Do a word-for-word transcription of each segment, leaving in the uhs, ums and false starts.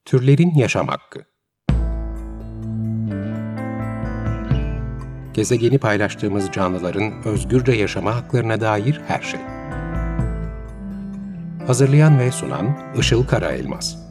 Türlerin yaşam hakkı. Gezegeni paylaştığımız canlıların özgürce yaşama haklarına dair her şey. Hazırlayan ve sunan Işıl Karaelmaz.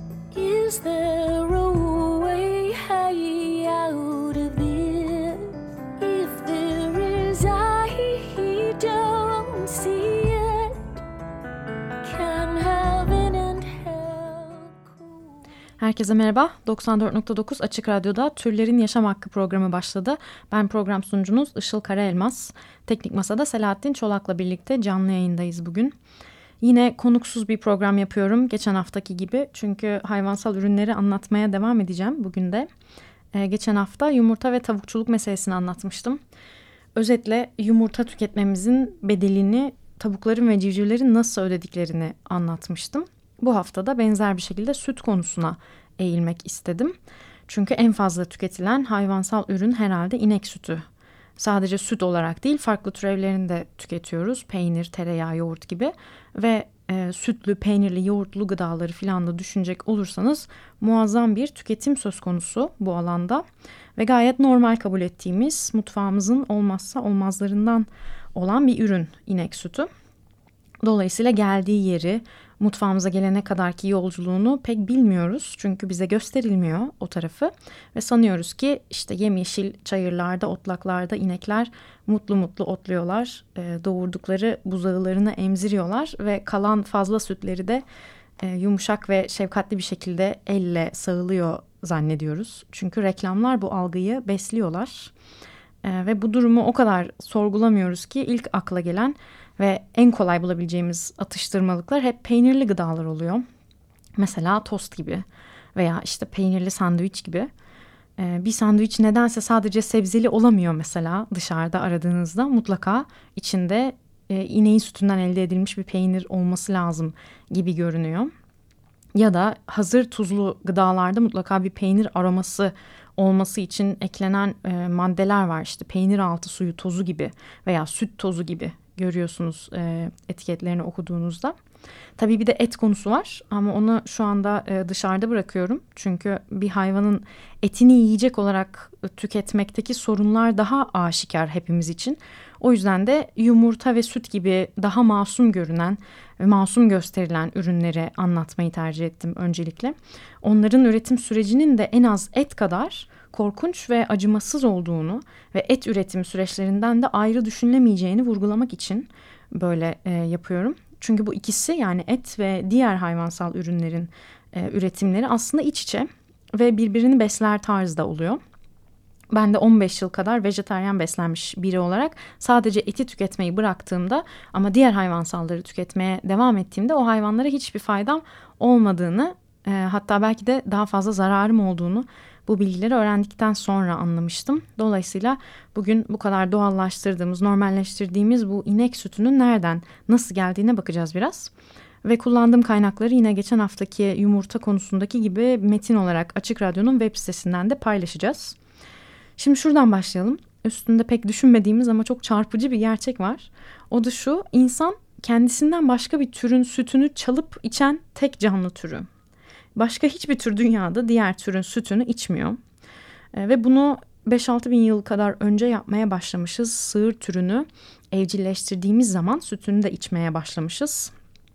Herkese merhaba. doksan dört nokta dokuz Açık Radyo'da Türlerin Yaşam Hakkı programı başladı. Ben program sunucunuz Işıl Karaelmaz. Teknik Masa'da Selahattin Çolak'la birlikte canlı yayındayız bugün. Yine konuksuz bir program yapıyorum geçen haftaki gibi. Çünkü hayvansal ürünleri anlatmaya devam edeceğim bugün de. Ee, geçen hafta yumurta ve tavukçuluk meselesini anlatmıştım. Özetle yumurta tüketmemizin bedelini tavukların ve civcivlerin nasıl ödediklerini anlatmıştım. Bu haftada benzer bir şekilde süt konusuna eğilmek istedim. Çünkü en fazla tüketilen hayvansal ürün herhalde inek sütü. Sadece süt olarak değil, farklı türevlerini de tüketiyoruz. Peynir, tereyağı, yoğurt gibi. Ve e, sütlü, peynirli, yoğurtlu gıdaları falan da düşünecek olursanız muazzam bir tüketim söz konusu bu alanda. Ve gayet normal kabul ettiğimiz, mutfağımızın olmazsa olmazlarından olan bir ürün inek sütü. Dolayısıyla geldiği yeri, mutfağımıza gelene kadarki yolculuğunu pek bilmiyoruz. Çünkü bize gösterilmiyor o tarafı. Ve sanıyoruz ki işte yemyeşil çayırlarda, otlaklarda inekler mutlu mutlu otluyorlar. E, doğurdukları buzağılarını emziriyorlar ve kalan fazla sütleri de e, yumuşak ve şefkatli bir şekilde elle sağılıyor zannediyoruz. Çünkü reklamlar bu algıyı besliyorlar. E, ve bu durumu o kadar sorgulamıyoruz ki ilk akla gelen ve en kolay bulabileceğimiz atıştırmalıklar hep peynirli gıdalar oluyor. Mesela tost gibi veya işte peynirli sandviç gibi. Ee, bir sandviç nedense sadece sebzeli olamıyor mesela dışarıda aradığınızda. Mutlaka içinde e, ineğin sütünden elde edilmiş bir peynir olması lazım gibi görünüyor. Ya da hazır tuzlu gıdalarda mutlaka bir peynir aroması olması için eklenen e, maddeler var. İşte peynir altı suyu tozu gibi veya süt tozu gibi. Görüyorsunuz e, etiketlerini okuduğunuzda. Tabii bir de et konusu var ama onu şu anda e, dışarıda bırakıyorum. Çünkü bir hayvanın etini yiyecek olarak tüketmekteki sorunlar daha aşikar hepimiz için. O yüzden de yumurta ve süt gibi daha masum görünen ve masum gösterilen ürünleri anlatmayı tercih ettim öncelikle. Onların üretim sürecinin de en az et kadar korkunç ve acımasız olduğunu ve et üretim süreçlerinden de ayrı düşünülemeyeceğini vurgulamak için böyle e, yapıyorum. Çünkü bu ikisi yani et ve diğer hayvansal ürünlerin e, üretimleri aslında iç içe ve birbirini besler tarzda oluyor. Ben de on beş yıl kadar vejetaryen beslenmiş biri olarak sadece eti tüketmeyi bıraktığımda ama diğer hayvansalları tüketmeye devam ettiğimde o hayvanlara hiçbir faydam olmadığını e, hatta belki de daha fazla zararım olduğunu bu bilgileri öğrendikten sonra anlamıştım. Dolayısıyla bugün bu kadar doğallaştırdığımız, normalleştirdiğimiz bu inek sütünün nereden, nasıl geldiğine bakacağız biraz. Ve kullandığım kaynakları yine geçen haftaki yumurta konusundaki gibi metin olarak Açık Radyo'nun web sitesinden de paylaşacağız. Şimdi şuradan başlayalım. Üstünde pek düşünmediğimiz ama çok çarpıcı bir gerçek var. O da şu, insan kendisinden başka bir türün sütünü çalıp içen tek canlı türü. Başka hiçbir tür dünyada diğer türün sütünü içmiyor. E, ve bunu beş altı bin yıl kadar önce yapmaya başlamışız. Sığır türünü evcilleştirdiğimiz zaman sütünü de içmeye başlamışız.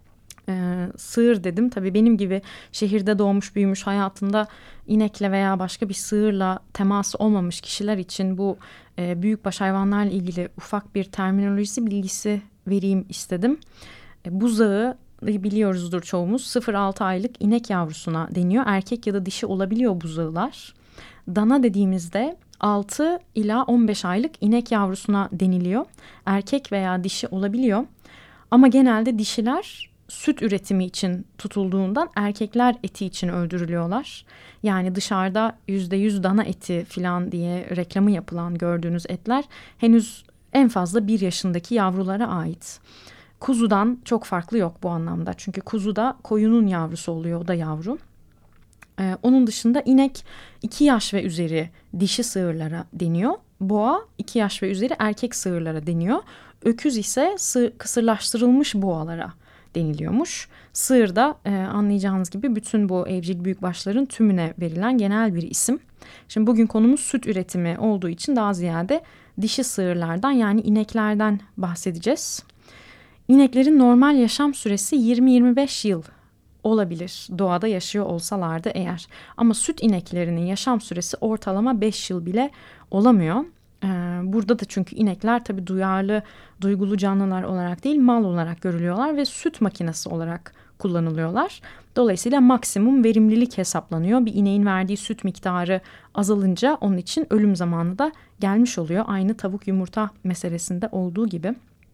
E, sığır dedim. Tabii benim gibi şehirde doğmuş büyümüş hayatında inekle veya başka bir sığırla teması olmamış kişiler için bu e, büyükbaş hayvanlarla ilgili ufak bir terminolojisi bilgisi vereyim istedim. E, buzağı biliyoruzdur çoğumuz sıfır altı aylık inek yavrusuna deniyor. Erkek ya da dişi olabiliyor buzağılar. Dana dediğimizde altı ila on beş aylık inek yavrusuna deniliyor. Erkek veya dişi olabiliyor. Ama genelde dişiler süt üretimi için tutulduğundan erkekler eti için öldürülüyorlar. Yani dışarıda yüzde yüz dana eti falan diye reklamı yapılan gördüğünüz etler henüz en fazla bir yaşındaki yavrulara ait. Kuzudan çok farklı yok bu anlamda. Çünkü kuzu da koyunun yavrusu oluyor, o da yavru. Ee, onun dışında inek iki yaş ve üzeri dişi sığırlara deniyor. Boğa iki yaş ve üzeri erkek sığırlara deniyor. Öküz ise sığ, kısırlaştırılmış boğalara deniliyormuş. Sığır da e, anlayacağınız gibi bütün bu evcil büyükbaşların tümüne verilen genel bir isim. Şimdi bugün konumuz süt üretimi olduğu için daha ziyade dişi sığırlardan yani ineklerden bahsedeceğiz. İneklerin normal yaşam süresi yirmi yirmi beş yıl olabilir doğada yaşıyor olsalardı eğer. Ama süt ineklerinin yaşam süresi ortalama beş yıl bile olamıyor. Ee, burada da çünkü inekler tabii duyarlı, duygulu canlılar olarak değil mal olarak görülüyorlar ve süt makinesi olarak kullanılıyorlar. Dolayısıyla maksimum verimlilik hesaplanıyor. Bir ineğin verdiği süt miktarı azalınca onun için ölüm zamanı da gelmiş oluyor. Aynı tavuk yumurta meselesinde olduğu gibi.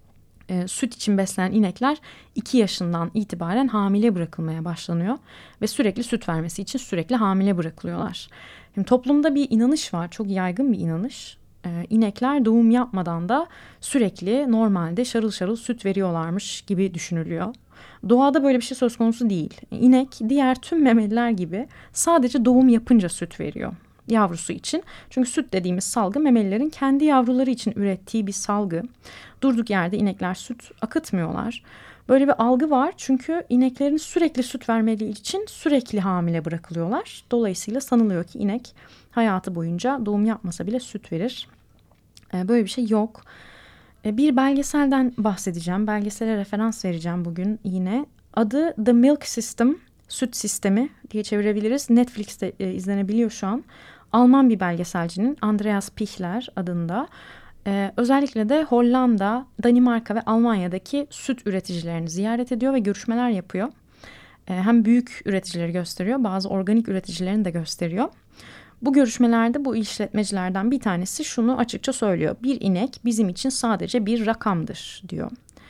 E, süt için beslenen inekler iki yaşından itibaren hamile bırakılmaya başlanıyor ve sürekli süt vermesi için sürekli hamile bırakılıyorlar. Şimdi toplumda bir inanış var, çok yaygın bir inanış. E, inekler doğum yapmadan da sürekli normalde şarıl şarıl süt veriyorlarmış gibi düşünülüyor. Doğada böyle bir şey söz konusu değil. İnek diğer tüm memeliler gibi sadece doğum yapınca süt veriyor yavrusu için. Çünkü süt dediğimiz salgı memelilerin kendi yavruları için ürettiği bir salgı. Durduk yerde inekler süt akıtmıyorlar. Böyle bir algı var çünkü ineklerin sürekli süt vermediği için sürekli hamile bırakılıyorlar. Dolayısıyla sanılıyor ki inek hayatı boyunca doğum yapmasa bile süt verir. Böyle bir şey yok. Bir belgeselden bahsedeceğim. Belgesele referans vereceğim bugün yine. Adı The Milk System, Süt Sistemi diye çevirebiliriz. Netflix'te e, izlenebiliyor şu an. Alman bir belgeselcinin Andreas Pichler adında. Ee, özellikle de Hollanda, Danimarka ve Almanya'daki süt üreticilerini ziyaret ediyor ve görüşmeler yapıyor. Ee, hem büyük üreticileri gösteriyor, bazı organik üreticilerini de gösteriyor. Bu görüşmelerde bu işletmecilerden bir tanesi şunu açıkça söylüyor. Bir inek bizim için sadece bir rakamdır diyor.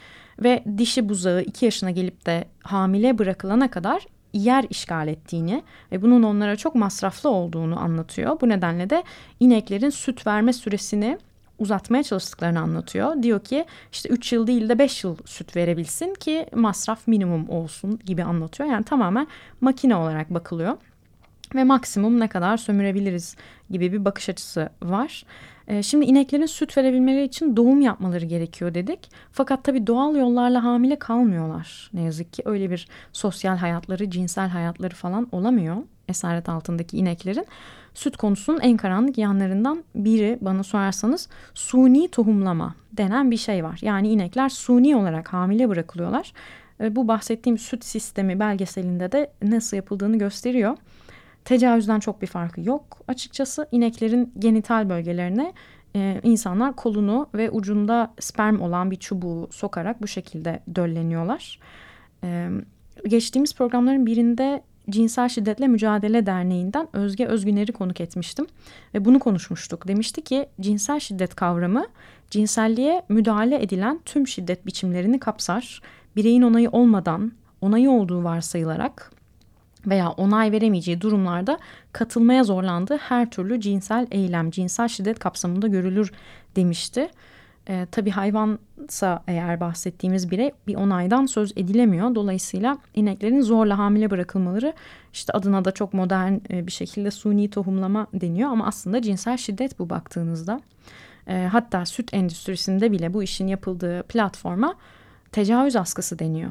Ve dişi buzağı iki yaşına gelip de hamile bırakılana kadar yer işgal ettiğini ve bunun onlara çok masraflı olduğunu anlatıyor. Bu nedenle de ineklerin süt verme süresini uzatmaya çalıştıklarını anlatıyor. Diyor ki işte üç yıl değil de beş yıl süt verebilsin ki masraf minimum olsun gibi anlatıyor. Yani tamamen makine olarak bakılıyor. Ve maksimum ne kadar sömürebiliriz gibi bir bakış açısı var. Ee, şimdi ineklerin süt verebilmeleri için doğum yapmaları gerekiyor dedik. Fakat tabii doğal yollarla hamile kalmıyorlar. Ne yazık ki öyle bir sosyal hayatları, cinsel hayatları falan olamıyor esaret altındaki ineklerin. Süt konusunun en karanlık yanlarından biri bana sorarsanız suni tohumlama denen bir şey var. Yani inekler suni olarak hamile bırakılıyorlar. Ee, bu bahsettiğim süt sistemi belgeselinde de nasıl yapıldığını gösteriyor. Tecavüzden çok bir farkı yok açıkçası. İneklerin genital bölgelerine e, insanlar kolunu ve ucunda sperm olan bir çubuğu sokarak bu şekilde dölleniyorlar. E, geçtiğimiz programların birinde Cinsel Şiddetle Mücadele Derneği'nden Özge Özgüner'i konuk etmiştim. Ve bunu konuşmuştuk. Demişti ki cinsel şiddet kavramı cinselliğe müdahale edilen tüm şiddet biçimlerini kapsar. Bireyin onayı olmadan, onayı olduğu varsayılarak veya onay veremeyeceği durumlarda katılmaya zorlandığı her türlü cinsel eylem, cinsel şiddet kapsamında görülür demişti. Ee, tabii hayvansa eğer bahsettiğimiz birey bir onaydan söz edilemiyor. Dolayısıyla ineklerin zorla hamile bırakılmaları işte adına da çok modern bir şekilde suni tohumlama deniyor. Ama aslında cinsel şiddet bu baktığınızda. Ee, hatta süt endüstrisinde bile bu işin yapıldığı platforma tecavüz askısı deniyor.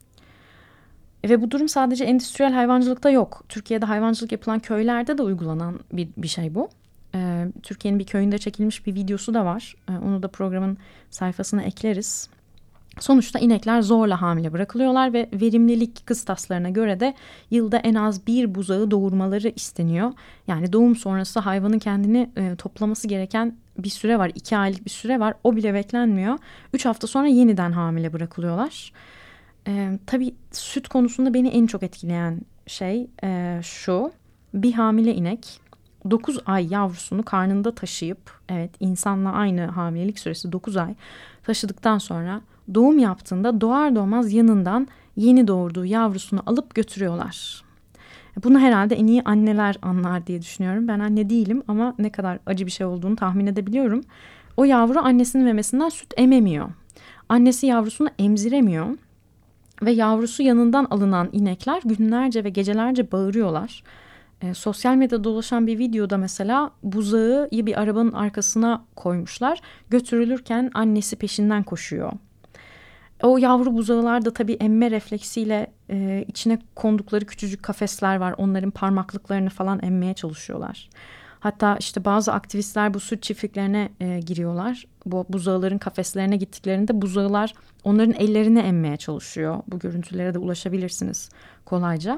Ve bu durum sadece endüstriyel hayvancılıkta yok. Türkiye'de hayvancılık yapılan köylerde de uygulanan bir, bir şey bu. Ee, Türkiye'nin bir köyünde çekilmiş bir videosu da var. Ee, onu da programın sayfasına ekleriz. Sonuçta inekler zorla hamile bırakılıyorlar ve verimlilik kıstaslarına göre de yılda en az bir buzağı doğurmaları isteniyor. Yani doğum sonrası hayvanın kendini e, toplaması gereken bir süre var. iki aylık bir süre var. O bile beklenmiyor. Üç hafta sonra yeniden hamile bırakılıyorlar. Ee, tabii süt konusunda beni en çok etkileyen şey e, şu. Bir hamile inek dokuz ay yavrusunu karnında taşıyıp, evet insanla aynı hamilelik süresi dokuz ay taşıdıktan sonra doğum yaptığında doğar doğmaz yanından yeni doğurduğu yavrusunu alıp götürüyorlar. Bunu herhalde en iyi anneler anlar diye düşünüyorum. Ben anne değilim ama ne kadar acı bir şey olduğunu tahmin edebiliyorum. O yavru annesinin memesinden süt ememiyor. Annesi yavrusunu emziremiyor. Ve yavrusu yanından alınan inekler günlerce ve gecelerce bağırıyorlar. E, sosyal medyada dolaşan bir videoda mesela buzağı bir arabanın arkasına koymuşlar. Götürülürken annesi peşinden koşuyor. O yavru buzağılar da tabii emme refleksiyle e, içine kondukları küçücük kafesler var. Onların parmaklıklarını falan emmeye çalışıyorlar. Hatta işte bazı aktivistler bu süt çiftliklerine e, giriyorlar. Bu buzağıların kafeslerine gittiklerinde buzağılar onların ellerini emmeye çalışıyor. Bu görüntülere de ulaşabilirsiniz kolayca.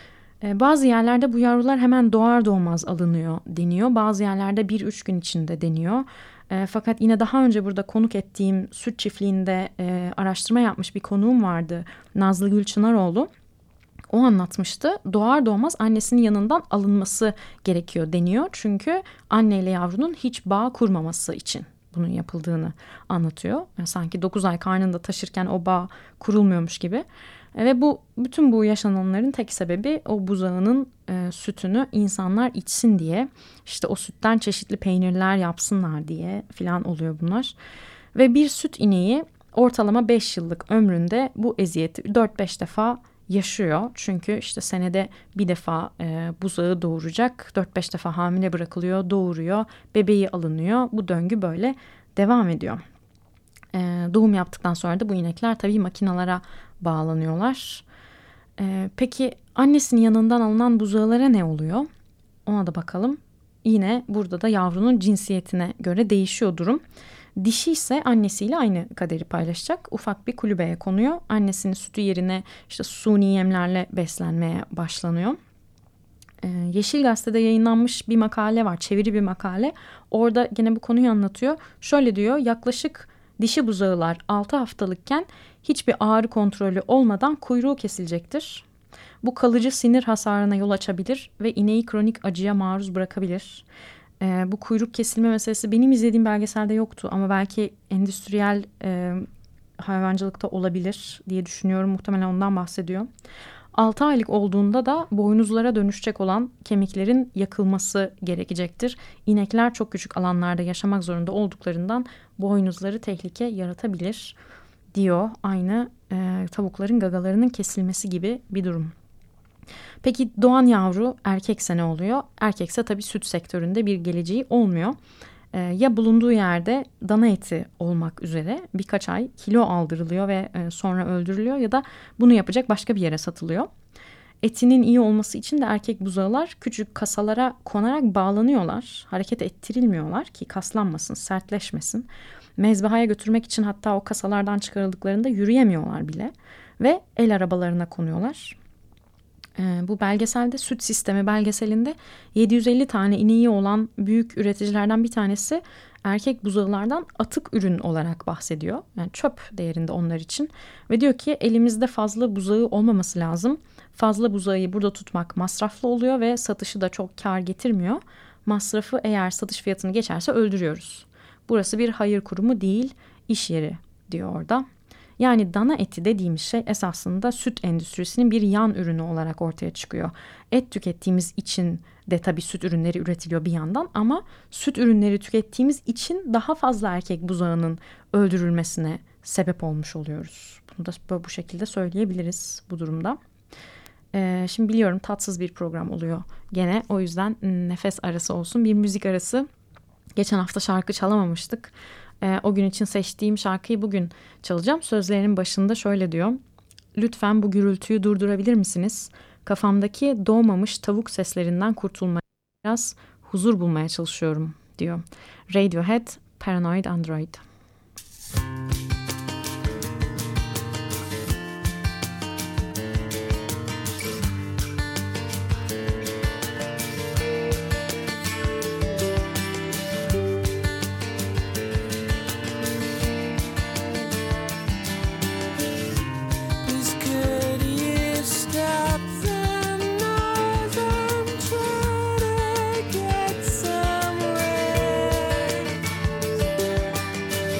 E, bazı yerlerde bu yavrular hemen doğar doğmaz alınıyor deniyor. Bazı yerlerde bir üç gün içinde deniyor. E, fakat yine daha önce burada konuk ettiğim süt çiftliğinde e, araştırma yapmış bir konuğum vardı. Nazlı Gülçınaroğlu. O anlatmıştı. Doğar doğmaz annesinin yanından alınması gerekiyor deniyor. Çünkü anneyle yavrunun hiç bağ kurmaması için bunun yapıldığını anlatıyor. Yani sanki dokuz ay karnında taşırken o bağ kurulmuyormuş gibi. Ve bu bütün bu yaşananların tek sebebi o buzağının e, sütünü insanlar içsin diye, işte o sütten çeşitli peynirler yapsınlar diye filan oluyor bunlar. Ve bir süt ineği ortalama beş yıllık ömründe bu eziyeti dört beş defa yaşıyor. Çünkü işte senede bir defa e, buzağı doğuracak, dört beş defa hamile bırakılıyor, doğuruyor, bebeği alınıyor. Bu döngü böyle devam ediyor. E, doğum yaptıktan sonra da bu inekler tabii makinalara bağlanıyorlar. E, peki annesinin yanından alınan buzağılara ne oluyor? Ona da bakalım. Yine burada da yavrunun cinsiyetine göre değişiyor durum. Dişi ise annesiyle aynı kaderi paylaşacak. Ufak bir kulübeye konuyor. Annesinin sütü yerine işte suni yemlerle beslenmeye başlanıyor. Ee, Yeşil Gazete'de yayınlanmış bir makale var. Çeviri bir makale. Orada gene bu konuyu anlatıyor. Şöyle diyor: yaklaşık dişi buzağılar altı haftalıkken hiçbir ağrı kontrolü olmadan kuyruğu kesilecektir. Bu kalıcı sinir hasarına yol açabilir ve ineği kronik acıya maruz bırakabilir. Ee, bu kuyruk kesilme meselesi benim izlediğim belgeselde yoktu ama belki endüstriyel e, hayvancılıkta olabilir diye düşünüyorum. Muhtemelen ondan bahsediyor. altı aylık olduğunda da boynuzlara dönüşecek olan kemiklerin yakılması gerekecektir. İnekler çok küçük alanlarda yaşamak zorunda olduklarından boynuzları tehlike yaratabilir diyor. Aynı e, tavukların gagalarının kesilmesi gibi bir durum. Peki doğan yavru erkekse ne oluyor? Erkekse tabii süt sektöründe bir geleceği olmuyor. Ee, ya bulunduğu yerde dana eti olmak üzere birkaç ay kilo aldırılıyor ve e, sonra öldürülüyor ya da bunu yapacak başka bir yere satılıyor. Etinin iyi olması için de erkek buzağılar küçük kasalara konarak bağlanıyorlar. Hareket ettirilmiyorlar ki kaslanmasın, sertleşmesin. Mezbahaya götürmek için hatta o kasalardan çıkarıldıklarında yürüyemiyorlar bile ve el arabalarına konuyorlar. Bu belgeselde Süt Sistemi belgeselinde yedi yüz elli tane ineği olan büyük üreticilerden bir tanesi erkek buzağılardan atık ürün olarak bahsediyor. Yani çöp değerinde onlar için ve diyor ki elimizde fazla buzağı olmaması lazım. Fazla buzağı burada tutmak masraflı oluyor ve satışı da çok kar getirmiyor. Masrafı eğer satış fiyatını geçerse öldürüyoruz. Burası bir hayır kurumu değil, iş yeri diyor orada. Yani dana eti dediğimiz şey esasında süt endüstrisinin bir yan ürünü olarak ortaya çıkıyor. Et tükettiğimiz için de tabii süt ürünleri üretiliyor bir yandan ama süt ürünleri tükettiğimiz için daha fazla erkek buzağının öldürülmesine sebep olmuş oluyoruz. Bunu da bu şekilde söyleyebiliriz bu durumda. Ee, şimdi biliyorum tatsız bir program oluyor gene, o yüzden nefes arası olsun, bir müzik arası. Geçen hafta şarkı çalamamıştık. O gün için seçtiğim şarkıyı bugün çalacağım. Sözlerinin başında şöyle diyor: lütfen bu gürültüyü durdurabilir misiniz? Kafamdaki doğmamış tavuk seslerinden kurtulmaya, biraz huzur bulmaya çalışıyorum diyor. Radiohead, Paranoid Android. Get somewhere.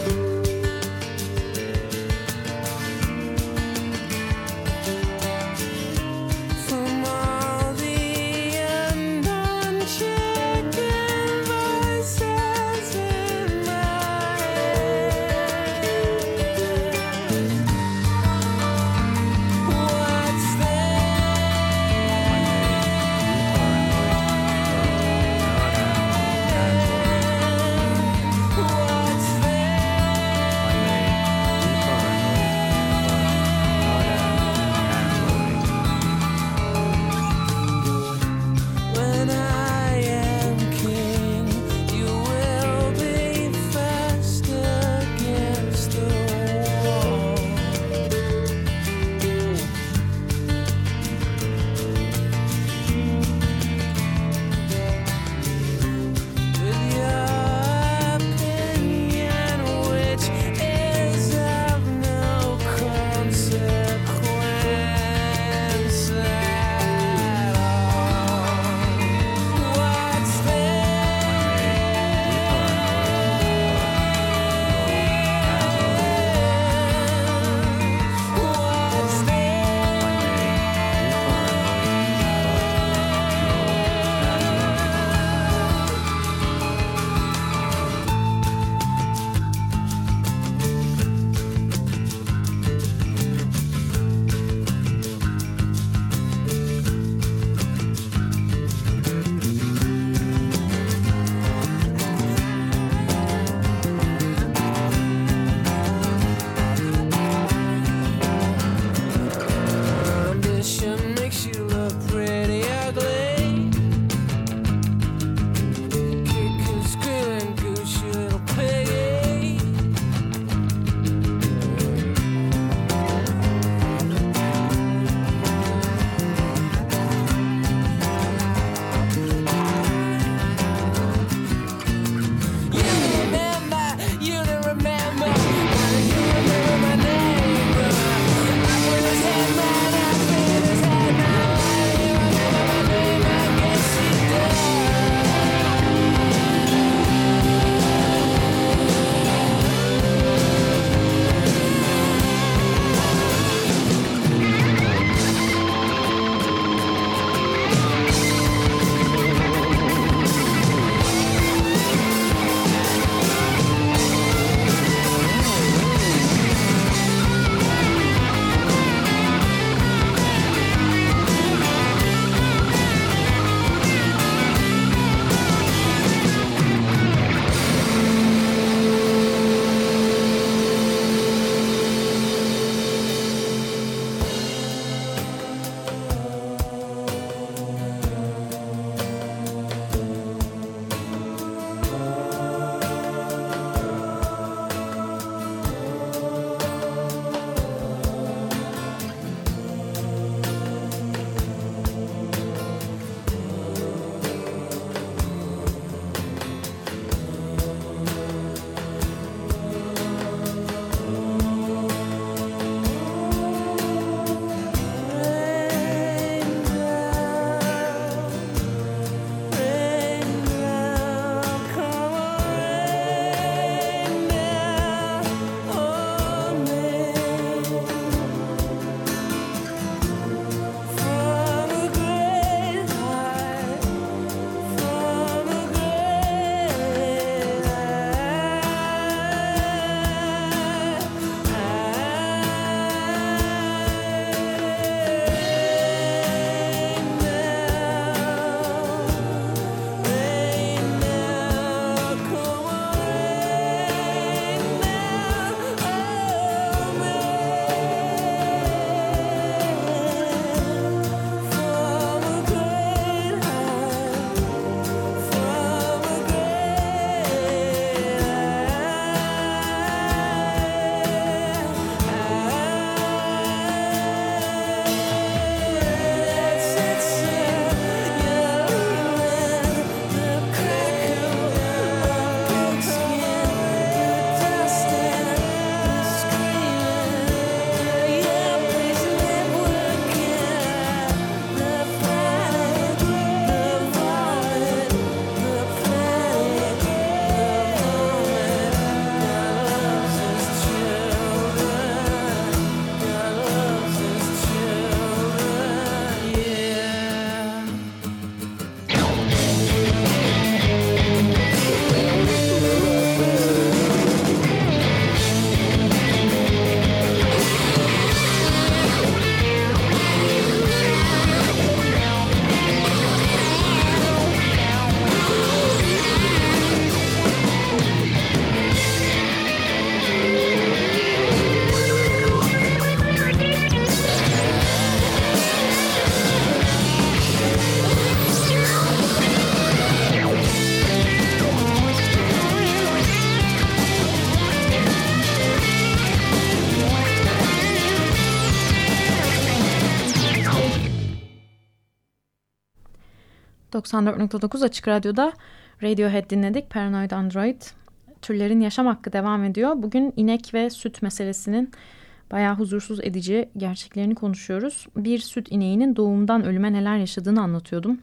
doksan dört nokta dokuz Açık Radyo'da Radiohead dinledik. Paranoid Android. Türlerin yaşam hakkı devam ediyor. Bugün inek ve süt meselesinin bayağı huzursuz edici gerçeklerini konuşuyoruz. Bir süt ineğinin doğumdan ölüme neler yaşadığını anlatıyordum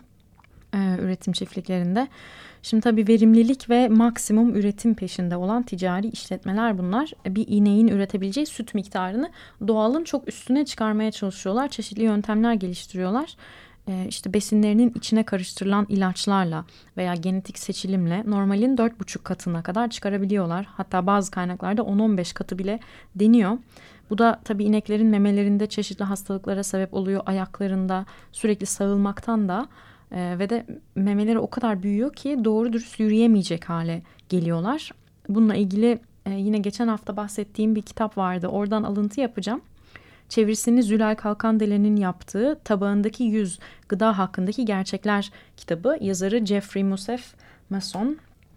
e, üretim çiftliklerinde. Şimdi tabii verimlilik ve maksimum üretim peşinde olan ticari işletmeler bunlar. Bir ineğin üretebileceği süt miktarını doğalın çok üstüne çıkarmaya çalışıyorlar. Çeşitli yöntemler geliştiriyorlar. Ee, işte besinlerinin içine karıştırılan ilaçlarla veya genetik seçilimle normalin dört buçuk katına kadar çıkarabiliyorlar. Hatta bazı kaynaklarda on on beş katı bile deniyor. Bu da tabii ineklerin memelerinde çeşitli hastalıklara sebep oluyor. Ayaklarında sürekli sağılmaktan da e, ve de memeleri o kadar büyüyor ki doğru dürüst yürüyemeyecek hale geliyorlar. Bununla ilgili e, yine geçen hafta bahsettiğim bir kitap vardı. Oradan alıntı yapacağım. Çevirisini Zülal Kalkandelen'in yaptığı Tabağındaki Yüz Gıda Hakkındaki Gerçekler kitabı. Yazarı Jeffrey Mousef Masson.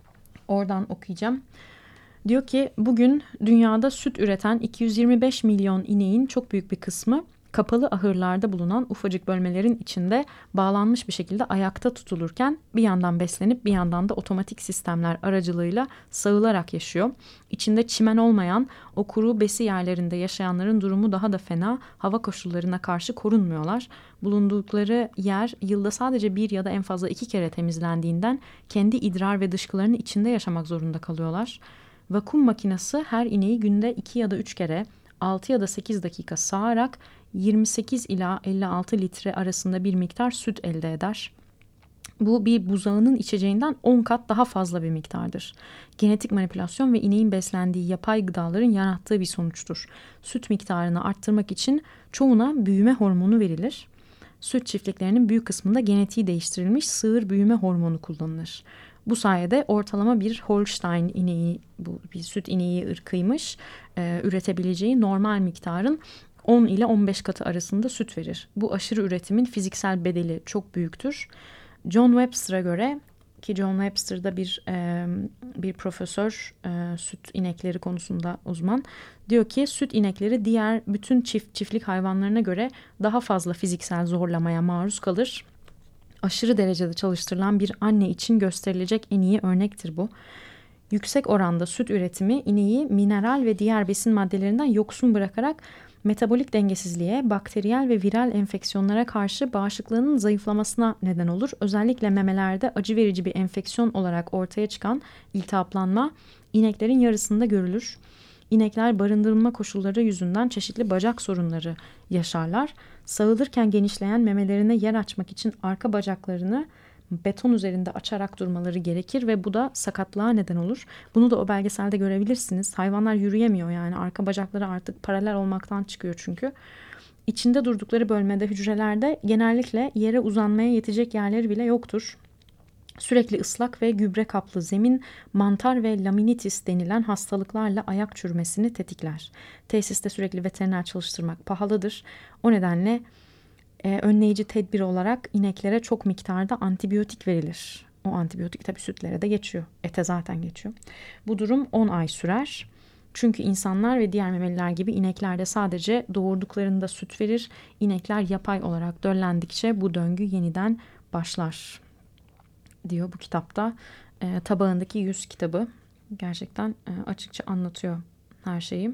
Oradan okuyacağım. Diyor ki bugün dünyada süt üreten iki yüz yirmi beş milyon ineğin çok büyük bir kısmı kapalı ahırlarda bulunan ufacık bölmelerin içinde bağlanmış bir şekilde ayakta tutulurken bir yandan beslenip bir yandan da otomatik sistemler aracılığıyla sağılarak yaşıyor. İçinde çimen olmayan o kuru besi yerlerinde yaşayanların durumu daha da fena. Hava koşullarına karşı korunmuyorlar. Bulundukları yer yılda sadece bir ya da en fazla iki kere temizlendiğinden kendi idrar ve dışkılarının içinde yaşamak zorunda kalıyorlar. Vakum makinesi her ineği günde iki ya da üç kere altı ya da sekiz dakika sağarak yirmi sekiz ila elli altı litre arasında bir miktar süt elde eder. Bu bir buzağının içeceğinden on kat daha fazla bir miktardır. Genetik manipülasyon ve ineğin beslendiği yapay gıdaların yarattığı bir sonuçtur. Süt miktarını arttırmak için çoğuna büyüme hormonu verilir. Süt çiftliklerinin büyük kısmında genetiği değiştirilmiş sığır büyüme hormonu kullanılır. Bu sayede ortalama bir Holstein ineği, bu bir süt ineği ırkıymış, e, üretebileceği normal miktarın on ile on beş katı arasında süt verir. Bu aşırı üretimin fiziksel bedeli çok büyüktür. John Webster'a göre, ki John Webster da bir e, bir profesör, e, süt inekleri konusunda uzman, diyor ki süt inekleri diğer bütün çift çiftlik hayvanlarına göre daha fazla fiziksel zorlamaya maruz kalır. Aşırı derecede çalıştırılan bir anne için gösterilecek en iyi örnektir bu. Yüksek oranda süt üretimi ineği mineral ve diğer besin maddelerinden yoksun bırakarak metabolik dengesizliğe, bakteriyel ve viral enfeksiyonlara karşı bağışıklığının zayıflamasına neden olur. Özellikle memelerde acı verici bir enfeksiyon olarak ortaya çıkan iltihaplanma ineklerin yarısında görülür. İnekler barındırılma koşulları yüzünden çeşitli bacak sorunları yaşarlar. Sağılırken genişleyen memelerine yer açmak için arka bacaklarını beton üzerinde açarak durmaları gerekir ve bu da sakatlığa neden olur. Bunu da o belgeselde görebilirsiniz. Hayvanlar yürüyemiyor, yani arka bacakları artık paralel olmaktan çıkıyor çünkü. İçinde durdukları bölmede, hücrelerde genellikle yere uzanmaya yetecek yerleri bile yoktur. Sürekli ıslak ve gübre kaplı zemin mantar ve laminitis denilen hastalıklarla ayak çürümesini tetikler. Tesiste sürekli veteriner çalıştırmak pahalıdır. O nedenle e, önleyici tedbir olarak ineklere çok miktarda antibiyotik verilir. O antibiyotik tabii sütlere de geçiyor. Ete zaten geçiyor. Bu durum on ay sürer. Çünkü insanlar ve diğer memeliler gibi inekler de sadece doğurduklarında süt verir. İnekler yapay olarak döllendikçe bu döngü yeniden başlar diyor bu kitapta. E, Tabağındaki Yüz kitabı gerçekten e, açıkça anlatıyor her şeyi.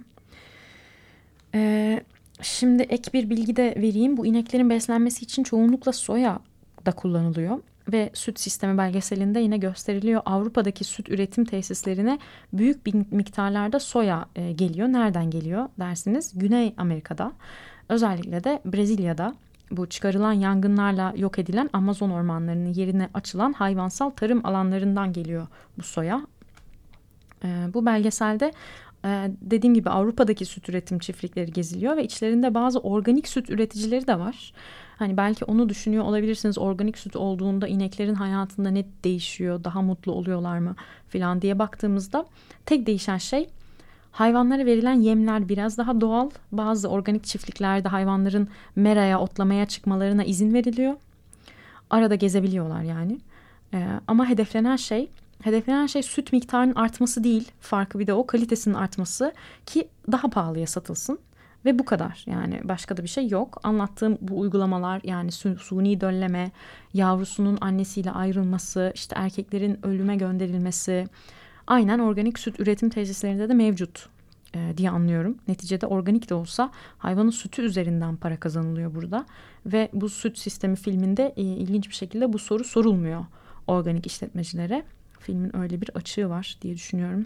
E, şimdi ek bir bilgi de vereyim. Bu ineklerin beslenmesi için çoğunlukla soya da kullanılıyor ve süt sistemi belgeselinde yine gösteriliyor. Avrupa'daki süt üretim tesislerine büyük bir miktarlarda soya e, geliyor. Nereden geliyor dersiniz? Güney Amerika'da, özellikle de Brezilya'da. Bu çıkarılan yangınlarla yok edilen Amazon ormanlarının yerine açılan hayvansal tarım alanlarından geliyor bu soya. Ee, bu belgeselde e, dediğim gibi Avrupa'daki süt üretim çiftlikleri geziliyor ve içlerinde bazı organik süt üreticileri de var. Hani belki onu düşünüyor olabilirsiniz, organik süt olduğunda ineklerin hayatında ne değişiyor, daha mutlu oluyorlar mı falan diye baktığımızda tek değişen şey hayvanlara verilen yemler biraz daha doğal. Bazı organik çiftliklerde hayvanların meraya, otlamaya çıkmalarına izin veriliyor. Arada gezebiliyorlar yani. Ee, ama hedeflenen şey, hedeflenen şey süt miktarının artması değil. Farkı bir de o, kalitesinin artması ki daha pahalıya satılsın. Ve bu kadar, yani başka da bir şey yok. Anlattığım bu uygulamalar, yani su, suni dölleme, yavrusunun annesiyle ayrılması, işte erkeklerin ölüme gönderilmesi aynen organik süt üretim tesislerinde de mevcut e, diye anlıyorum. Neticede organik de olsa hayvanın sütü üzerinden para kazanılıyor burada. Ve bu süt sistemi filminde e, ilginç bir şekilde bu soru sorulmuyor organik işletmecilere. Filmin öyle bir açığı var diye düşünüyorum.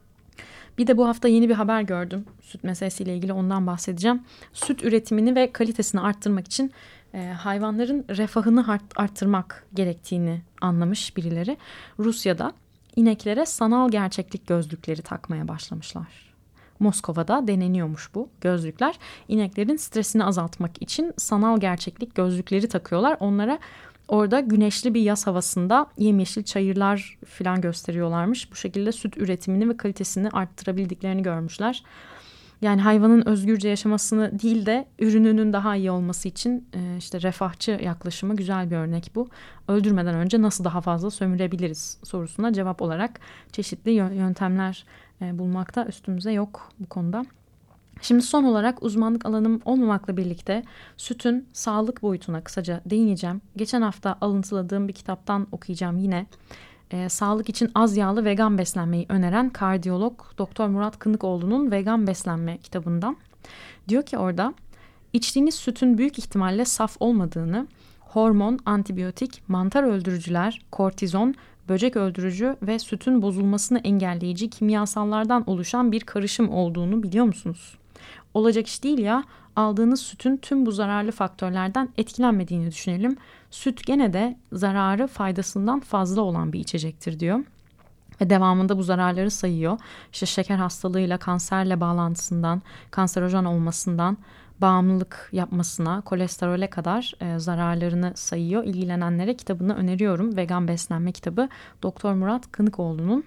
Bir de bu hafta yeni bir haber gördüm. Süt meselesiyle ilgili, ondan bahsedeceğim. Süt üretimini ve kalitesini arttırmak için e, hayvanların refahını art, arttırmak gerektiğini anlamış birileri. Rusya'da ineklere sanal gerçeklik gözlükleri takmaya başlamışlar. Moskova'da deneniyormuş bu gözlükler. İneklerin stresini azaltmak için sanal gerçeklik gözlükleri takıyorlar. Onlara orada güneşli bir yaz havasında yemyeşil çayırlar falan gösteriyorlarmış. Bu şekilde süt üretimini ve kalitesini arttırabildiklerini görmüşler. Yani hayvanın özgürce yaşamasını değil de ürününün daha iyi olması için işte refahçı yaklaşımı güzel bir örnek bu. Öldürmeden önce nasıl daha fazla sömürebiliriz sorusuna cevap olarak çeşitli yöntemler bulmakta üstümüze yok bu konuda. Şimdi son olarak uzmanlık alanım olmamakla birlikte sütün sağlık boyutuna kısaca değineceğim. Geçen hafta alıntıladığım bir kitaptan okuyacağım yine. Ee, sağlık için az yağlı vegan beslenmeyi öneren kardiyolog Doktor Murat Kınıkoğlu'nun Vegan Beslenme kitabından. Diyor ki orada, içtiğiniz sütün büyük ihtimalle saf olmadığını, hormon, antibiyotik, mantar öldürücüler, kortizon, böcek öldürücü ve sütün bozulmasını engelleyici kimyasallardan oluşan bir karışım olduğunu biliyor musunuz? Olacak iş değil ya, aldığınız sütün tüm bu zararlı faktörlerden etkilenmediğini düşünelim. Süt gene de zararı faydasından fazla olan bir içecektir diyor. Ve devamında bu zararları sayıyor. İşte şeker hastalığıyla, kanserle bağlantısından, kanserojen olmasından, bağımlılık yapmasına, kolesterole kadar e, zararlarını sayıyor. İlgilenenlere kitabını öneriyorum. Vegan Beslenme kitabı Doktor Murat Kınıkoğlu'nun.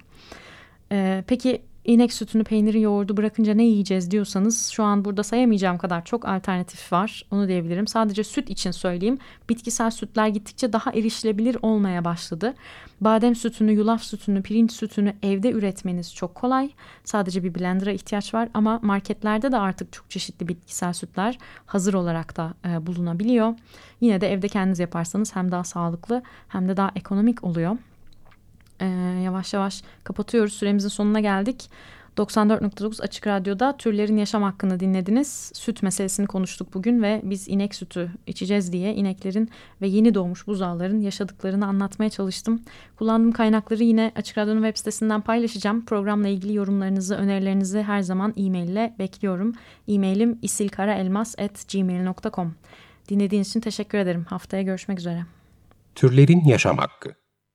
E, peki inek sütünü, peyniri, yoğurdu bırakınca ne yiyeceğiz diyorsanız şu an burada sayamayacağım kadar çok alternatif var. Onu diyebilirim. Sadece süt için söyleyeyim. Bitkisel sütler gittikçe daha erişilebilir olmaya başladı. Badem sütünü, yulaf sütünü, pirinç sütünü evde üretmeniz çok kolay. Sadece bir blender'a ihtiyaç var ama marketlerde de artık çok çeşitli bitkisel sütler hazır olarak da e, bulunabiliyor. Yine de evde kendiniz yaparsanız hem daha sağlıklı hem de daha ekonomik oluyor. Ee, yavaş yavaş kapatıyoruz. Süremizin sonuna geldik. doksan dört nokta dokuz Açık Radyo'da Türlerin Yaşam Hakkını dinlediniz. Süt meselesini konuştuk bugün ve biz inek sütü içeceğiz diye ineklerin ve yeni doğmuş buzağların yaşadıklarını anlatmaya çalıştım. Kullandığım kaynakları yine Açık Radyo'nun web sitesinden paylaşacağım. Programla ilgili yorumlarınızı, önerilerinizi her zaman e-mail ile bekliyorum. E-mailim isilkaraelmas at gmail nokta com. Dinlediğiniz için teşekkür ederim. Haftaya görüşmek üzere. Türlerin Yaşam Hakkı.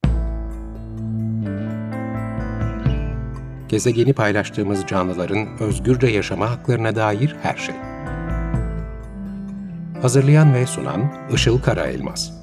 Gezegeni paylaştığımız canlıların özgürce yaşama haklarına dair her şey. Hazırlayan ve sunan Işıl Karaelmaz.